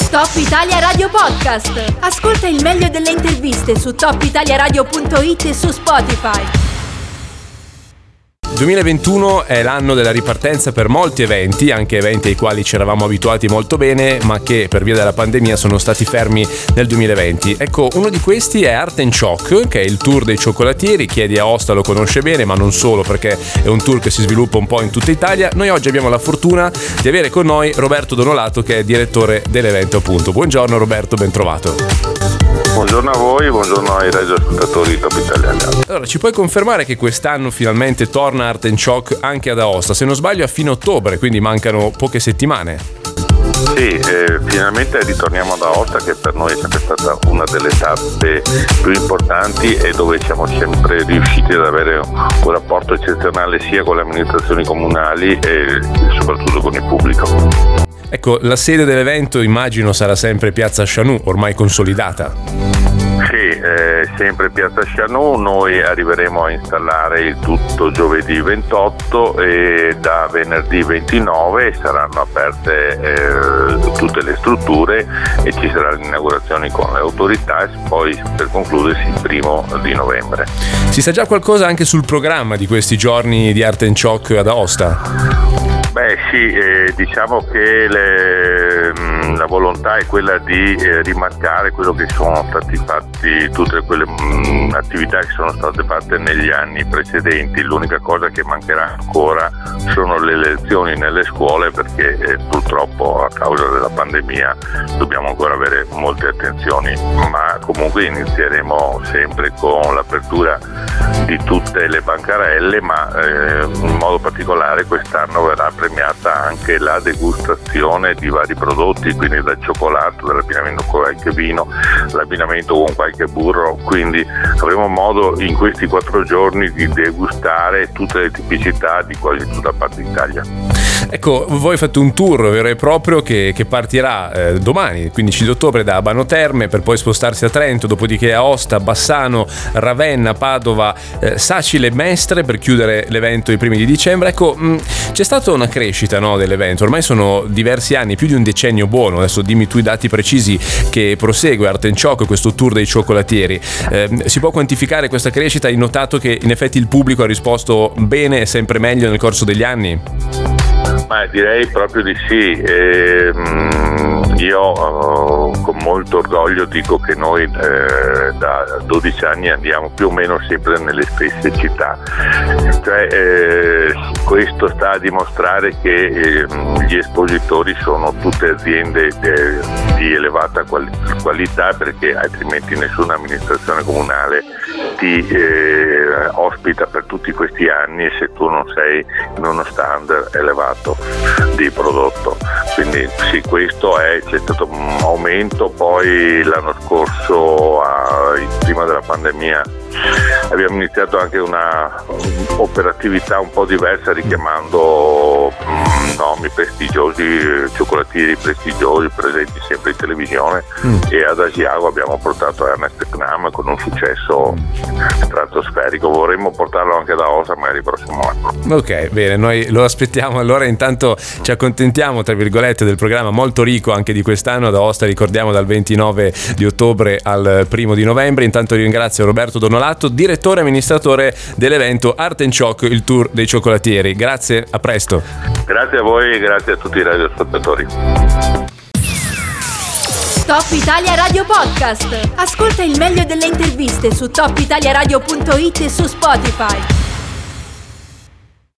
Top Italia Radio Podcast. Ascolta il meglio delle interviste su topitaliaradio.it e su Spotify. 2021 è l'anno della ripartenza per molti eventi, anche eventi ai quali ci eravamo abituati molto bene, ma che per via della pandemia sono stati fermi nel 2020. Ecco, uno di questi è Art & Choc, che è il tour dei cioccolatieri. Chi è di Aosta lo conosce bene, ma non solo, perché è un tour che si sviluppa un po' in tutta Italia. Noi oggi abbiamo la fortuna di avere con noi Roberto Donolato, che è direttore dell'evento, appunto. Buongiorno Roberto, ben trovato. Buongiorno a voi, buongiorno ai radioascoltatori di Top Italia. Allora, ci puoi confermare che quest'anno finalmente torna Art & Choc anche ad Aosta? Se non sbaglio a fine ottobre, quindi mancano poche settimane. Sì, finalmente ritorniamo ad Aosta, che per noi è sempre stata una delle tappe più importanti e dove siamo sempre riusciti ad avere un rapporto eccezionale sia con le amministrazioni comunali e soprattutto con il pubblico. Ecco, la sede dell'evento immagino sarà sempre Piazza Chanù, ormai consolidata. Sì, sempre Piazza Chanù. Noi arriveremo a installare il tutto giovedì 28 e da venerdì 29 saranno aperte tutte le strutture e ci sarà l'inaugurazione con le autorità e poi per concludersi il 1 di novembre. Si sa già qualcosa anche sul programma di questi giorni di Art & Choc ad Aosta? Beh sì, diciamo che la volontà è quella di rimarcare quello che sono stati fatti, tutte quelle attività che sono state fatte negli anni precedenti. L'unica cosa che mancherà ancora sono le lezioni nelle scuole, perché purtroppo a causa della pandemia dobbiamo ancora avere molte attenzioni, ma comunque inizieremo sempre con l'apertura di tutte le bancarelle, ma in modo particolare quest'anno verrà premiata anche la degustazione di vari prodotti, quindi dal cioccolato, dall'abbinamento con qualche vino, l'abbinamento con qualche burro, quindi avremo modo in questi 4 giorni di degustare tutte le tipicità di quasi tutta parte d'Italia. Ecco, voi fate un tour vero e proprio che partirà domani, 15 di ottobre, da Abano Terme, per poi spostarsi a Trento, dopodiché a Aosta, Bassano, Ravenna, Padova, Sacile e Mestre, per chiudere l'evento i primi di dicembre. Ecco, c'è stata una crescita, no, dell'evento, ormai sono diversi anni, più di un decennio buono. Adesso dimmi tu i dati precisi che prosegue Art & Choc, questo tour dei cioccolatieri. Si può quantificare questa crescita? Hai notato che in effetti il pubblico ha risposto bene e sempre meglio nel corso degli anni? Ma direi proprio di sì. Io con molto orgoglio dico che noi da 12 anni andiamo più o meno sempre nelle stesse città, questo sta a dimostrare che gli espositori sono tutte aziende di elevata qualità, perché altrimenti nessuna amministrazione comunale ti ospita per tutti questi anni e se tu non sei in uno standard elevato di prodotto. Quindi sì, questo c'è stato un aumento. Poi l'anno scorso, prima della pandemia, abbiamo iniziato anche una operatività un po' diversa, richiamando nomi prestigiosi, cioccolatieri prestigiosi presenti sempre in televisione, e ad Asiago abbiamo portato Ernest Knam con un successo stratosferico. Vorremmo portarlo anche da Aosta magari il prossimo anno. Ok, bene, noi lo aspettiamo. Allora intanto ci accontentiamo, tra virgolette, del programma molto ricco anche di quest'anno ad Aosta, ricordiamo, dal 29 di ottobre al 1 di novembre. Intanto ringrazio Roberto Donolato, direttore e amministratore dell'evento Art & Choc, il tour dei cioccolatieri. Grazie, a presto. Grazie a voi e grazie a tutti i radioascoltatori. Top Italia Radio Podcast. Ascolta il meglio delle interviste su topitaliaradio.it e su Spotify.